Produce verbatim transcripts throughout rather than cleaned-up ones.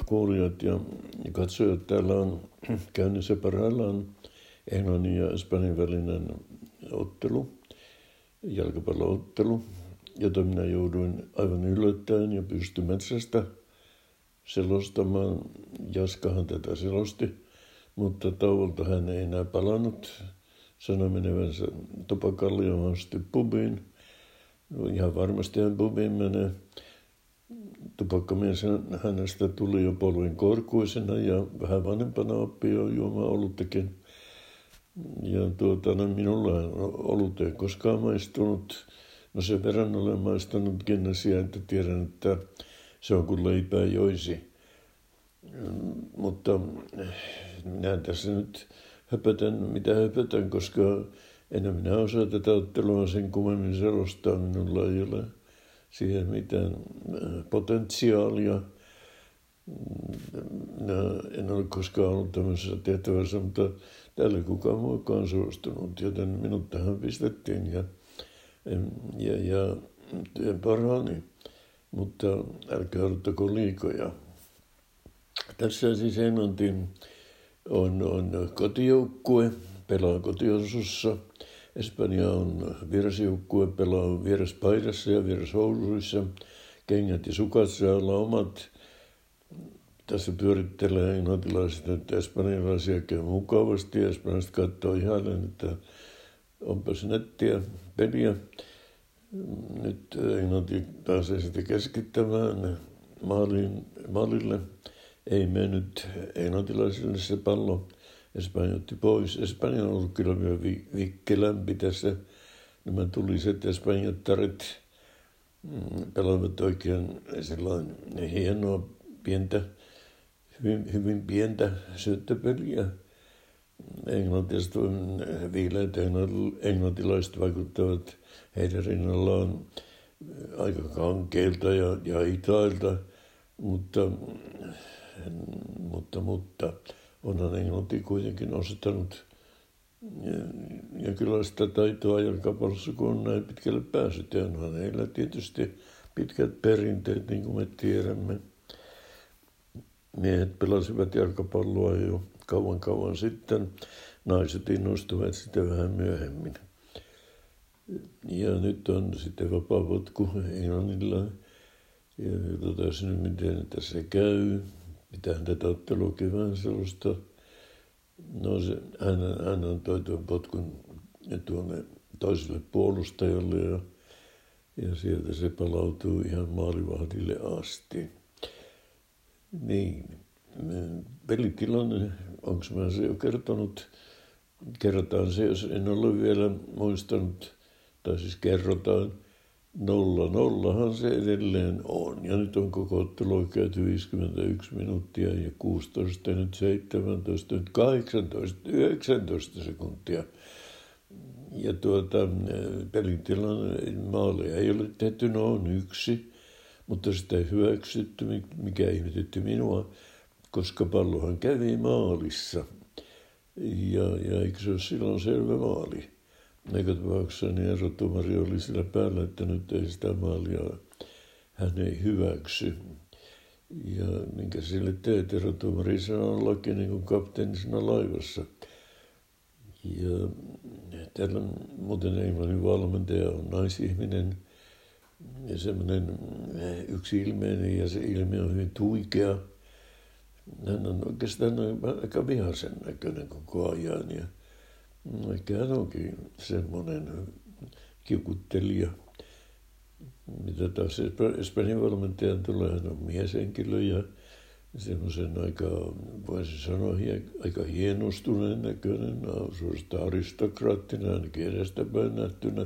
kuulijat ja katsojat, täällä on käynnissä parhaillaan Englannin ja Espanjan välinen ottelu, jalkapalloottelu, jota minä jouduin aivan yllättäen ja pystymetsästä selostamaan. Jaskahan tätä selosti, mutta tauolta hän ei enää palannut. Sanoi menevänsä Topakallion asti pubiin. No, ihan varmasti hän pubiin menee. Tupakkamies hänestä tuli jo polvin korkuisena ja vähän vanhempana oppi jo juomaan oluttakin. Ja tuota, no, minulla olut ei koskaan maistunut. No sen verran olen maistanut Guinnessia, että tiedän, että se on kuin leipää joisi. Mutta minä tässä nyt höpötän, mitä höpötän, koska en minä osaa tätä ottelua sen kummemmin selostaa. Minulla ei ole siihen mitään potentiaalia. Minä en ole koskaan ollut tämmöisessä tehtävässä, mutta täällä ei kukaan mukaan suostunut, joten minut tähän pistettiin ja, ja, ja työn parhaani, mutta älkää odottako liikoja. Tässä siis Englantiin on, on kotijoukkue, pelaa kotiosussa. Espanja on vierasjoukkue, pelaa vieraspaidassa ja vierashousuissa. Kengät ja sukat saa olla omat. Tässä pyörittelee englantilaiset, että espanjalaisia käy mukavasti. Espanjalaiset katsoo ihailen, että onpas nettiä peliä. Nyt Englanti pääsee sitten keskittämään maalin, maalille. Ei mennyt englantilaisille se pallo. Espanja otti pois. Espanja on ollut kyllä vielä vikkelämpi tässä. Nämä tuliset espanjattaret pelaavat oikein sellainen hienoa, pientä, hyvin, hyvin pientä syöttöpeliä. Englantilaiset, viileät englantilaiset vaikuttavat heidän rinnallaan aika kankeilta ja, ja hitailta, mutta, mutta, mutta onhan Englanti kuitenkin osoittanut jonkinlaista taitoa jalkapallossa, kun on näin pitkälle päässyt. Ja onhan heillä tietysti pitkät perinteet, niin kuin me tiedämme. Miehet pelasivat jalkapalloa jo kauan kauan sitten. Naiset innostuvat sitä vähän myöhemmin. Ja nyt on sitten vapaa potku Englannilla. Ja totesin nyt, miten tässä käy. Mitähän tätä ottelua kevään selosta. No se, hän, hän antoi tuon potkun tuonne toiselle puolustajalle ja, ja sieltä se palautuu ihan maalivahdille asti. Niin, pelitilanne, onko mä se jo kertonut? Kerrotaan se, jos en ole vielä muistanut, tai siis kerrotaan. Nolla nollahan se edelleen on. Ja nyt on koko ottelua käyty viisikymmentäyksi minuuttia ja kuusitoista, nyt seitsemäntoista, nyt kahdeksantoista, yhdeksäntoista sekuntia. Ja tuota, pelitilanne, maaleja ei ole tehty, no on yksi, mutta sitä ei hyväksytty, mikä ihmetytti minua, koska pallohan kävi maalissa. Ja, ja eikö se ole silloin selvä maali? Näkö tapauksessa niin erotuomari oli sillä päällä, että nyt ei sitä maalia hän ei hyväksy. Ja minkä sille teet, erotuomari sanoo laki niin kuin kapteeni siinä laivassa. Ja täällä muuten Englannin valmentaja on naisihminen ja semmoinen yksi ilmeinen ja se ilme on hyvin tuikea. Hän on oikeastaan aika vihaisen näköinen koko ajan ja ehkä hän onkin semmoinen kiukuttelija, mitä taas Espanjan valmentajan tulee, hän on mieshenkilö ja semmoisen aika, voisi sanoa, aika hienostuneen näköinen, suorastaan aristokraattinen, ainakin edestäpäin nähtynä.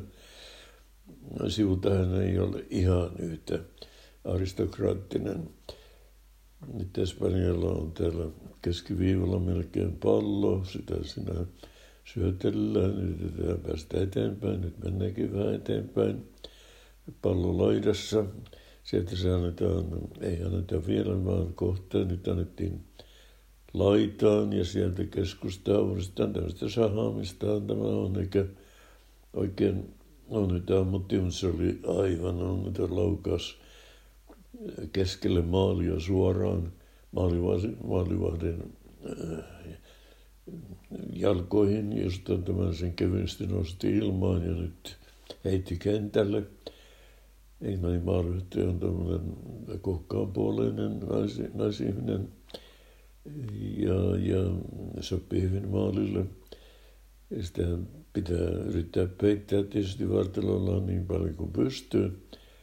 Sivulta hän ei ole ihan yhtä aristokraattinen. Nyt Espanjalla on täällä keskiviivalla melkein pallo, sitä sinä syötellään, yritetään päästä eteenpäin, nyt mennäänkin vähän eteenpäin. Pallo laidassa, sieltä se annetaan, ei anneta vielä vaan kohtaan, nyt annettiin laitaan ja sieltä keskustaa uudestaan tämmöistä sahaamistaan tämä on, eikä oikein onneton ammuttiin, mutta se oli aivan onneton laukaus keskelle maalia suoraan maalivahdin, maalivahdin äh, jalkoihin, josta tämän sen kevyesti nosti ilmaan ja nyt heitti kentälle. Englannin maalivahti on tämmöinen kohkaanpuoleinen nais, naisihminen ja, ja sopii hyvin maalille. Ja sitä pitää yrittää peittää tietysti vartalollaan niin paljon kuin pystyy.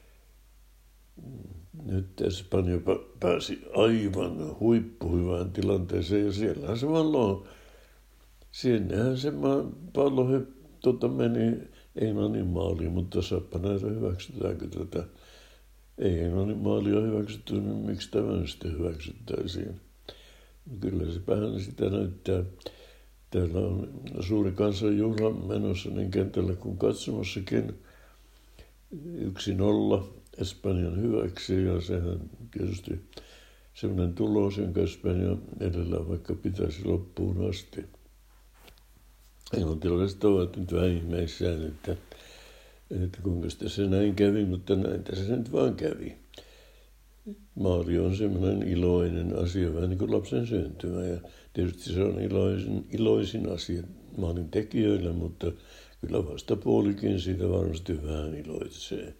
Nyt Espanja pääsi aivan huippuhyvään tilanteeseen ja siellähän se valloin. Sinnehän se pallo tota, meni Englannin maaliin, mutta saappa näitä hyväksytäänkö tätä. Ei Englannin maalia hyväksytty, niin miksi tämän sitten hyväksyttäisiin? Kyllä se vähän sitä näyttää. Täällä on suuri kansanjuhla menossa niin kentällä kuin katsomossakin. Yksi nolla Espanjan hyväksi ja sehän tietysti sellainen tulos, jonka Espanja edellä vaikka pitäisi loppuun asti. Englantilaiset ovat nyt vähän ihmeissään, että, että kuinka sitä se näin kävi, mutta näin tässä nyt vaan kävi. Maali on semmoinen iloinen asia, vähän niin kuin lapsen syntymä. Ja tietysti se on iloisin, iloisin asia maalin tekijöille, mutta kyllä vastapuolikin siitä varmasti vähän iloitsee.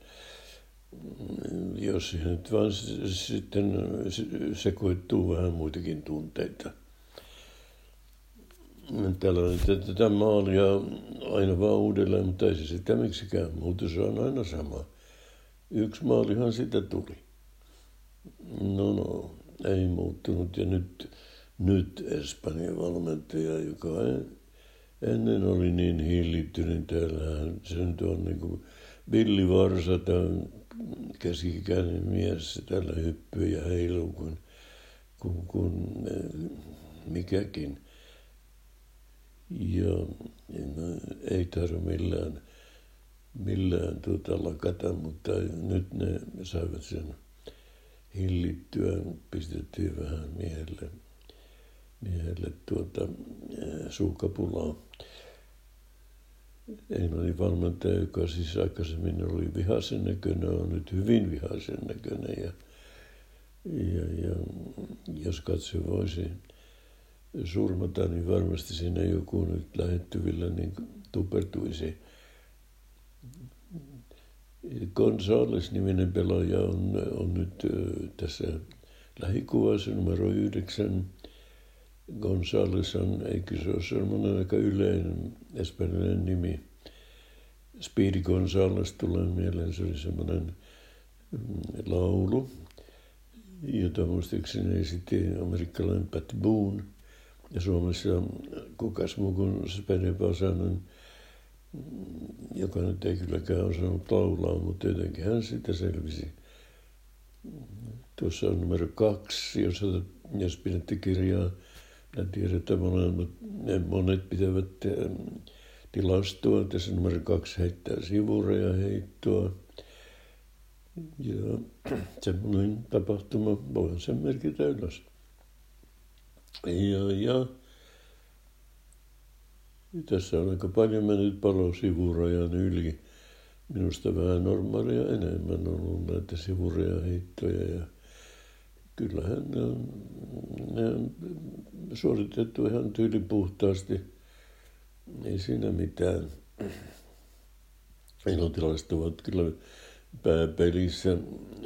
Jos siihen nyt vaan sitten sekoittuu vähän muitakin tunteita. Täällä on nyt tätä maalia aina vaan uudelleen, mutta ei se sitä miksikään muuta, se on aina sama. Yksi maalihan sitä tuli. No no, ei muuttunut ja nyt, nyt Espanjan valmentaja, joka ennen oli niin hillitty, niin täällähän se nyt on niin kuin Billy Varsa, tämä käsikäinen mies, se täällä hyppyy ja heiluu kuin, kuin, kuin mikäkin. Ja no, ei tarvitse millään, millään tuota lakata, mutta nyt ne saivat sen hillittyä, pistettiin vähän miehelle, miehelle tuota, suukapulaa. Englannin valmentaja, joka siis aikaisemmin oli vihaisen näköinen, on nyt hyvin vihaisen näköinen. Ja, ja, ja jos katse voisi surmata, niin varmasti siinä joku nyt lähettyvillä niin tupertuisi. Gonzales-niminen pelaaja on, on nyt tässä lähikuvassa numero yhdeksän. Gonzales on, eikö se ole semmoinen aika yleinen espanjalainen nimi. Speedy Gonzales tulee mieleen, se oli semmoinen laulu, jota muistaakseni esitti amerikkalainen Pat Boone. Ja Suomessa kukas muu kuin Spede Pasanen, joka nyt ei kylläkään osannut laulaa, mutta jotenkin hän sitä selvisi. Tuossa on numero kaksi, jos, jos pidätte kirjaa. Minä tiedän, että monet, monet pitävät tilastoa. Tässä numero kaksi heittää sivureja heittoa. Ja semmoinen tapahtuma, voihan sen merkitä ylös. Ja, ja tässä on aika paljon mennyt palo sivurajan yli. Minusta vähän normaalia enemmän on ollut näitä sivurajan heittoja. Ja kyllähän ne on, ne on suoritettu ihan tyylipuhtaasti. Ei siinä mitään. Englantilaiset ovat kyllä pääpelissä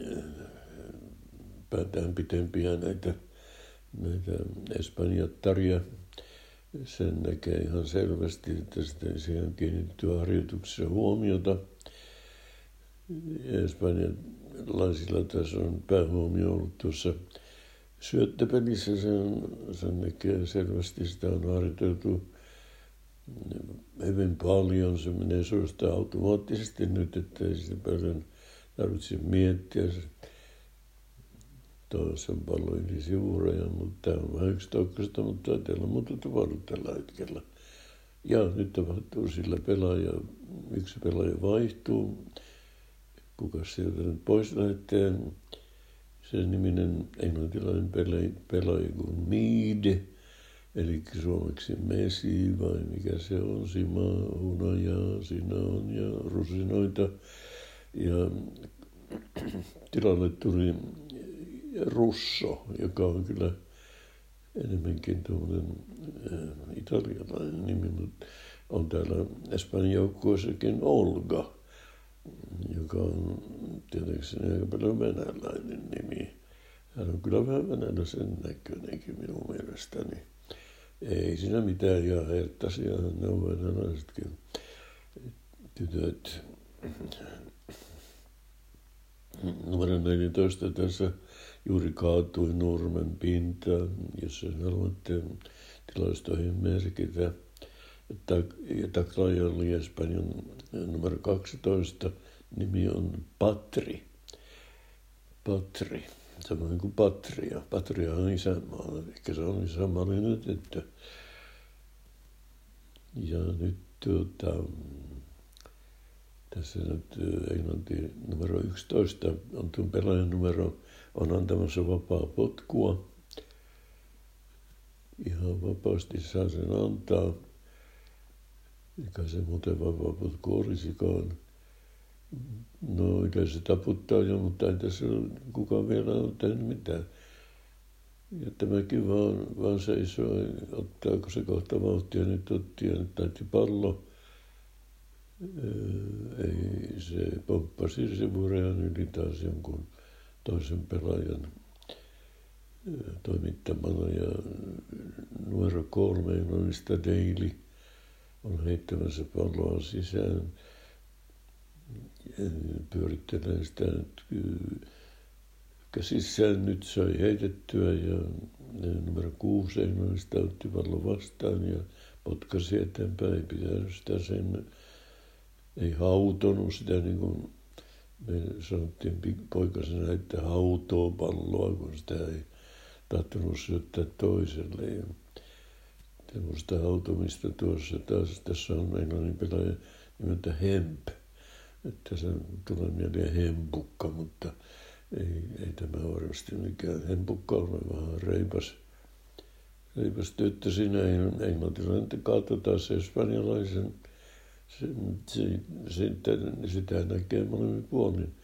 päätään pitempiä näitä, näitä espanjattaria. Sen näkee ihan selvästi, että sitä ei siihen kiinnittyä harjoituksessa huomiota. Espanjalaisilla tässä on päähuomio ollut tuossa syöttöpelissä. Sen, sen näkee selvästi, sitä on harjoiteltu hyvin paljon. Se menee suorastaan automaattisesti nyt, että ei sitä paljon tarvitse miettiä. Tuossa on pallo yli sivurajan, mutta tämä on vähän yksitoikkaista, mutta täällä on muuta tapahtunut tällä hetkellä. Ja nyt tapahtuu sillä pelaaja, yksi pelaaja vaihtuu. Kukas sieltä nyt pois lähtee? Sen niminen englantilainen pelaaja kuin Mead, eli suomeksi Messi vai mikä se on, Sima, hunajaa, siinä on ja rusinoita. Ja tilalle tuli Russo, joka on kyllä enemmänkin tuollainen äh, italialainen nimi, mutta on täällä Espanjan joukkueessakin Olga, joka on tietenkin aika paljon venäläinen nimi. Hän on kyllä vähän venäläisen näköinenkin minun mielestäni. Ei siinä mitään, ja herttaisia ne on venäläisetkin tytöt. Numero neljätoista tässä juuri kaatui nurmen pintaan, jos haluatte tilastoihin merkitä. Taklaja oli Espanjan numero kaksitoista, nimi on Patri. Patri, samoin kuin Patria. Patria on isänmaa, ehkä se on isänmaallinen tyttö. Ja nyt tuota, tässä nyt Englanti numero yksitoista on tuon pelaajan numero, on antamassa vapaa potkua. Ihan vapaasti saa sen antaa. Eikä se muuten vapaa potku olisikaan. No yleensä taputtaa jo, mutta ei tässä kukaan vielä ole tehnyt mitään. Ja tämäkin vaan, vaan seisoo, ottaako se kohta vauhtia, nyt otti ja nyt näytti pallo. Ei, se pomppasi sivurajan yli taas jonkun toisen pelaajan toimittamana. Ja numero kolme, Englannista Daly, on heittämässä palloa sisään. Pyörittelee sitä nyt käsissään. Nyt sai heitettyä ja numero kuusi Englannista otti pallon vastaan ja potkasi eteenpäin. Ei pitänyt sitä sen, ei hautonut sitä niin kuin me sanottiin poikasena, että hautoo palloa, kun sitä ei tahtonut syöttää toiselle. Ja semmoista hautomista tuossa taas, tässä on englannin pelaaja nimeltä Hemp. Että se tulee mieleen hempukka, mutta ei, ei tämä varmasti mikään hempukka ole, vaan reipas, reipas tyttö siinä. Englantilainen kaatoi taas espanjalaisen. Se, se, sitten, sitä näkee molemmin puolin.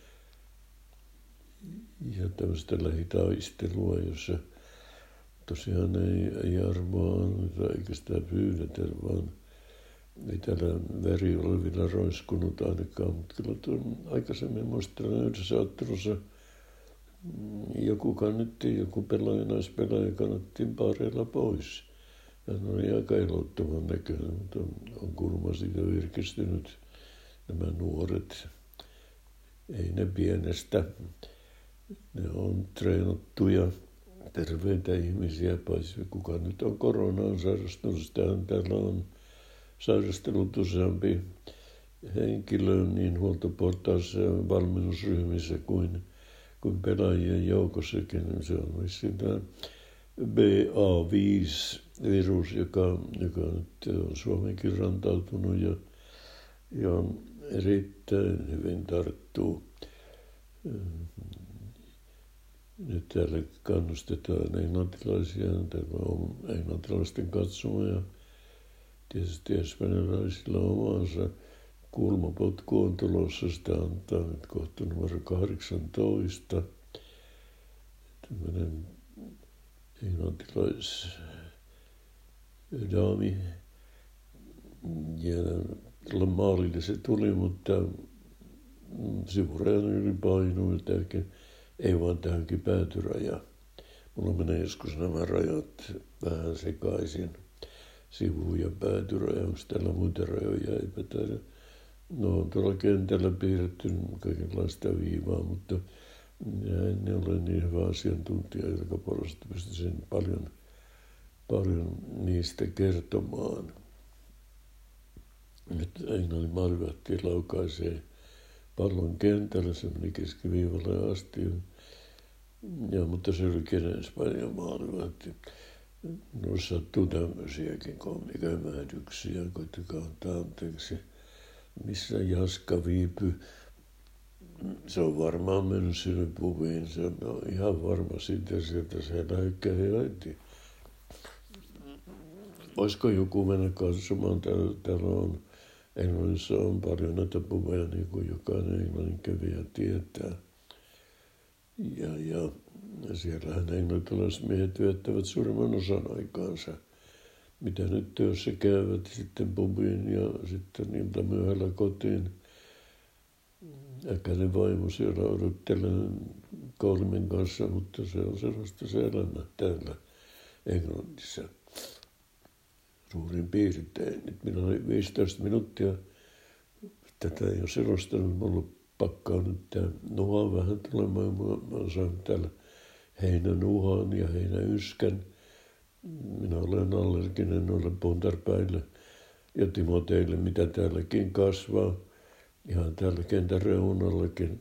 Ja tämmöistä lähitaistelua, jossa tosiaan ei, ei arvoa anneta eikä sitä pyydetä, vaan ei täällä veri ole vielä roiskunut ainakaan, mutta kyllä tuon aikaisemmin muistelen yhdessä ottelussa joku kannetti, joku pelaaja, naispelaaja kannattiin paareilla pois. Hän oli aika elottoman näköinen, mutta on kuulemma siitä virkistynyt nämä nuoret. Ei ne pienestä. Ne on treenattuja, terveitä ihmisiä, paitsi kuka nyt on koronaan sairastunut. Sitähän täällä on sairastellut useampi henkilö niin huoltoportaissa ja valmennusryhmissä kuin, kuin pelaajien joukossakin. Se on vissiin tämä B A viisi virus, joka, joka nyt on Suomenkin rantautunut ja, ja erittäin hyvin tarttuu. Nyt täällä kannustetaan englantilaisia, täällä on englantilaisten katsomoja. Tietysti espanjalaisilla omansa kulmapotku on tulossa, sitä antaa nyt kohta numero kahdeksantoista. Tämmöinen englantilais daami. Ja maalille se tuli, mutta sivurajan yli painui, että ei vaan tähänkin päätyraja. Mulla menee joskus nämä rajat vähän sekaisin. Sivu- ja päätyraja, onko täällä muita rajoja, eipä täällä. No on tuolla kentällä piirretty kaikenlaista viivaa, mutta en ole niin hyvä asiantuntija jalkapallosta, pystyisin paljon, paljon niistä kertomaan. Nyt Englannin maalivahti laukaisee pallon kentällä, se meni keskiviivalle asti. Ja, mutta se oli kenen Espanjan maalivahti. No sattuu tämmöisiäkin kommikämähdyksiä, koittakaa antaa anteeksi. Missä Jaska viipyi? Se on varmaan mennyt sinne puviin. Se on no, ihan varma siitä, sieltä se läykkäi heti. Voisiko joku mennä katsomaan? Täällä, täällä on, Englannissa on paljon näitä puveja, niin kuin jokainen englannin kävijä tietää. Ja, ja siellähän englantilaismiehet viettävät suurimman osan aikaansa. Mitä nyt työssä käyvät sitten pubiin ja sitten ilta myöhällä kotiin. Äkäinen vaimo siellä odottelee kolmen kanssa, mutta se on sellaista se elämä täällä Englannissa. Suurin piirtein. Nyt minä olin viisitoista minuuttia. Tätä ei ole selostanut. Mulla pakkaa nyt tämä nuha vähän tulemaan. Mä olen saanut täällä heinänuhan ja heinäyskän. Minä olen allerginen noille pontarpäille ja timoteille, mitä täälläkin kasvaa. Ihan täällä kentän reunallakin.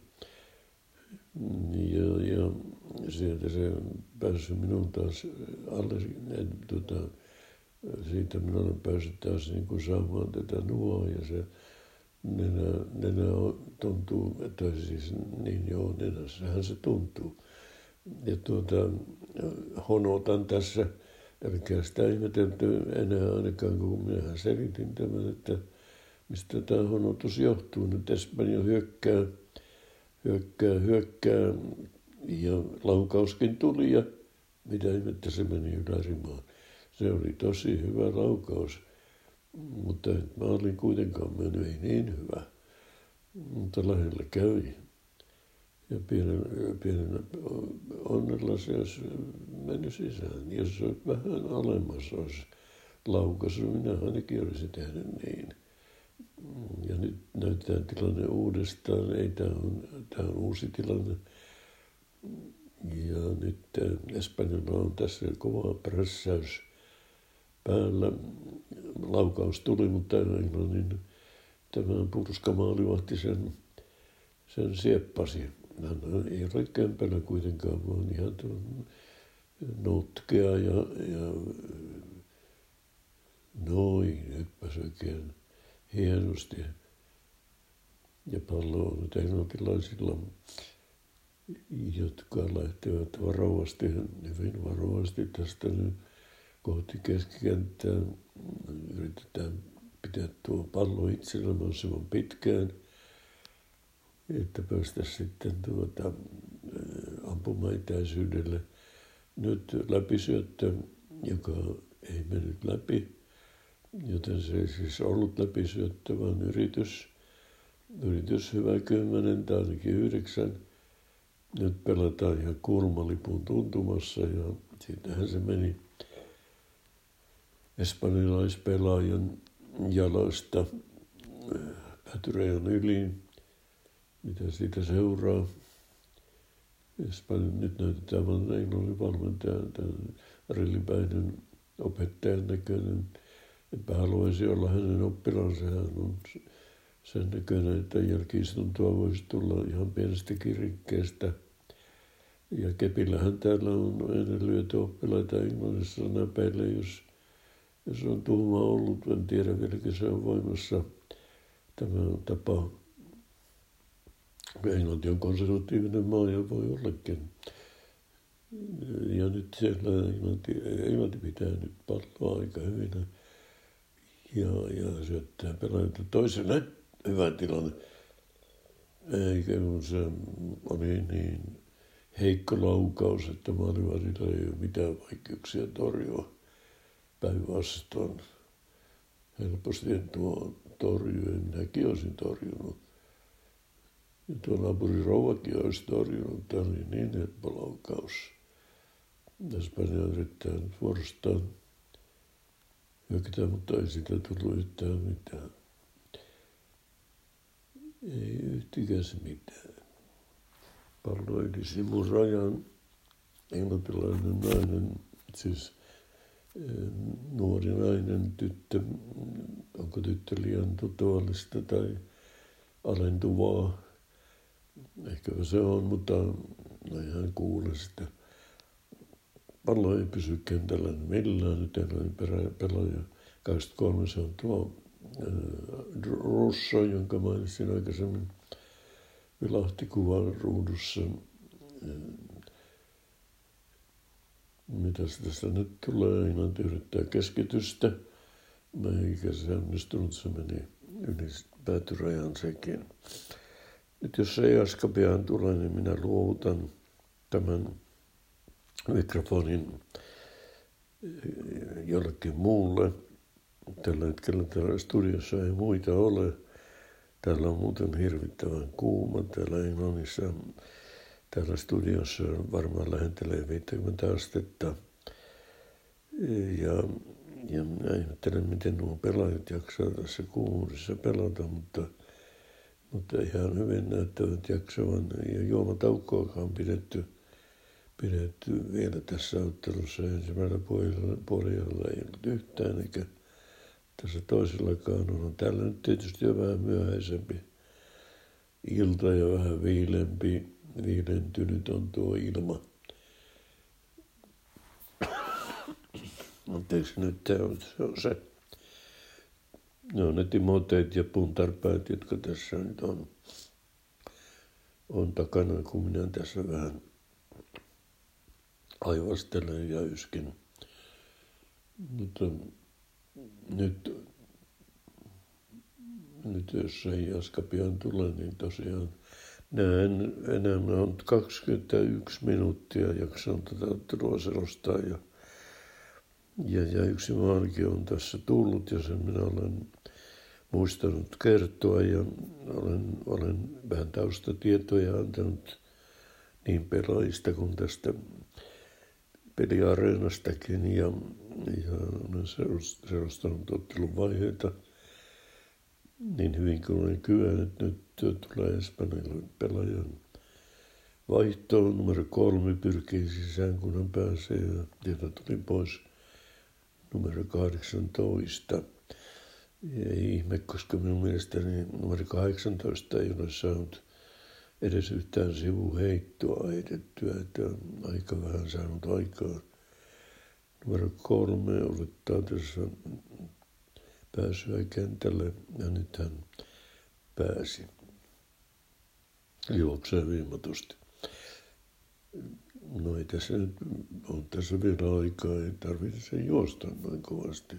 Ja, ja sieltä se on päässyt minun taas allerginen. Tota, siitä minä olen päässyt taas niin kuin saamaan tätä nuoa ja se nenä, nenä tuntuu, tai siis niin joo, nenässähän se tuntuu. Ja tuota, honotan tässä, eli sitä ihmetelty enää ainakaan, kun minähän selitin tämän, että mistä tämä honotus johtuu. Nyt Espanja hyökkää, hyökkää, hyökkää ja laukauskin tuli ja mitä ihmettä se meni ylärimaan. Se oli tosi hyvä laukaus, mutta mä olin kuitenkaan mennyt, ei niin hyvä, mutta lähellä kävi. Ja pienen, pienen onnella se olisi mennyt sisään. Jos se olisi vähän alemmas olisi laukaisu, minä ainakin olisin tehnyt niin. Ja nyt näytetään tilanne uudestaan. Ei, tämä on, tämä on uusi tilanne. Ja nyt Espanjalla on tässä kova prässäys päällä. Laukaus tuli, mutta Englannin tämä purskamaali sen, sen sieppasi. Hän ei ole kämpänä kuitenkaan, vaan ihan notkea ja, ja noin hyppäsi oikein hienosti. Ja pallo on nyt englantilaisilla, jotka lähtevät varovasti, hyvin varovasti tästä nyt kohti keskikenttää. Yritetään pitää tuo pallo itsellä mahdollisimman pitkään, että päästä sitten tuota ampumaetäisyydelle. Nyt läpisyöttö, joka ei mennyt läpi, joten se ei siis ollut läpisyöttö, vaan yritys. Yritys hyvä kymmenen tai ainakin yhdeksän. Nyt pelataan ihan kulmalipun tuntumassa ja siitähän se meni espanjalaispelaajan jalasta Päätyrajan yli. Mitä siitä seuraa? Espanjan nyt näytetään vain englannin valmentajan, tämän rillipäinen opettajan näköinen. Enpä haluaisi olla hänen oppilansa. Hän on sen näköinen, että jälki-istuntoa voisi tulla ihan pienestäkin rikkeestä. Ja kepillähän täällä on ennen lyöty oppilaita Englannissa näpeille, jos, jos on tuhma ollut. En tiedä vieläkö se on voimassa tämä tapa. Englanti on konservatiivinen maa ja voi ollakin. Ja nyt siellä Englanti, Englanti pitää nyt palloa aika hyvin ja, ja syöttää pelaajilta toiselle. Hyvä tilanne. Eikä kun se oli niin heikko laukaus, että maalivahdilla ei ole mitään vaikeuksia torjua. Päinvastoin helposti tuo torjui, minäkin olisin torjunut. Ja tuo naapurin rouvakin olisi torjunut. Tämä oli niin helppo laukaus. Espanja yrittää nyt vuorostaan hyökätä, mutta ei siitä tullut yhtään mitään. Ei yhtikäs mitään. Pallo yli sivun rajan. Englantilainen nainen, siis nuori nainen, tyttö, onko tyttö liian tuttavallista tai alentuvaa. Ehkä se on, mutta no ihan kuule sitä. Pallo ei pysy kentällä millään. Nyt englannin pelaaja kaksikymmentäkolme, se on tuo Russo, jonka mainitsin aikaisemmin, vilahti kuvan ruudussa. Mitäs tästä nyt tulee? Englanti yrittää keskitystä. Eikä se onnistunut, se meni yli päätyrajan sekin. Nyt jos ei aska pian tule, niin minä luovutan tämän mikrofonin jollekin muulle. Tällä hetkellä täällä studiossa ei muita ole. Täällä on muuten hirvittävän kuuma täällä Englannissa. Täällä studiossa varmaan lähentelee viisikymmentä astetta. Ja, ja minä ihmettelen, miten nuo pelaajat jaksaa tässä kuumuudessa pelata, mutta, mutta ihan hyvin näyttävät jaksavan. Ja juomataukkoakaan pidetty, pidetty vielä tässä ottelussa. Ensimmäisellä puolella, puolella ei ollut yhtään, eikä tässä toisellakaan on. Täällä nyt tietysti jo vähän myöhäisempi ilta ja vähän viilempi, viilentynyt on tuo ilma. Anteeksi nyt se on, se on se. Ne on ne timoteet ja puntarpäät, jotka tässä nyt on, on takana, kun minä tässä vähän aivastelen ja yskin. Mutta nyt, nyt jos ei Jaska pian tule, niin tosiaan näen enää on kaksikymmentäyksi minuuttia jaksan tätä ottelua selostaa ja, ja, ja yksi maalikin on tässä tullut ja sen minä olen muistanut kertoa ja olen, olen vähän taustatietoja antanut niin pelaajista kuin tästä peliareenastakin ja, ja olen selostanut ottelun vaiheita niin hyvin kuin olen kyennyt. Nyt tulee Espanjan pelaajan vaihtoon. Numero kolme pyrkii sisään, kun hän pääsee ja sieltä tuli pois numero kahdeksantoista. Ei ihme, koska minun mielestäni numero kahdeksantoista ei ole saanut edes yhtään sivuheittoa heitettyä, että on aika vähän saanut aikaa. Numero kolme odottaa tässä pääsyä kentälle ja nyt hän pääsi. Juoksee viimatusti. No ei tässä nyt ole tässä vielä aikaa, ei tarvitse sen juosta noin kovasti.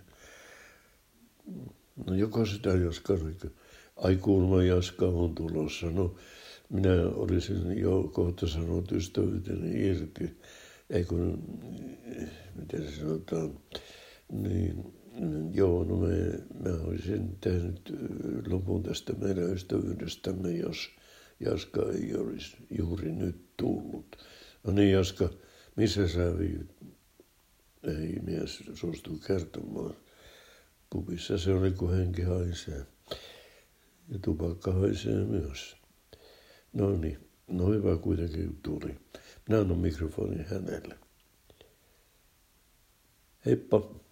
No joko sitä Jaska, ai kuulemma Jaska on tulossa. No minä olisin jo kohta sanonut ystävyyteni irti. Ei kun, miten se sanotaan, niin joo, no me, mä olisin tehnyt lopun tästä meidän ystävyydestämme, jos Jaska ei olisi juuri nyt tullut. No niin Jaska, missä sä viit? Ei mies suostu kertomaan. Pubissa se oli, kun henki haisee. Ja tupakka haisee myös. No niin, no hyvä kuitenkin tuli. Minä annan mikrofonin hänelle. Heippa.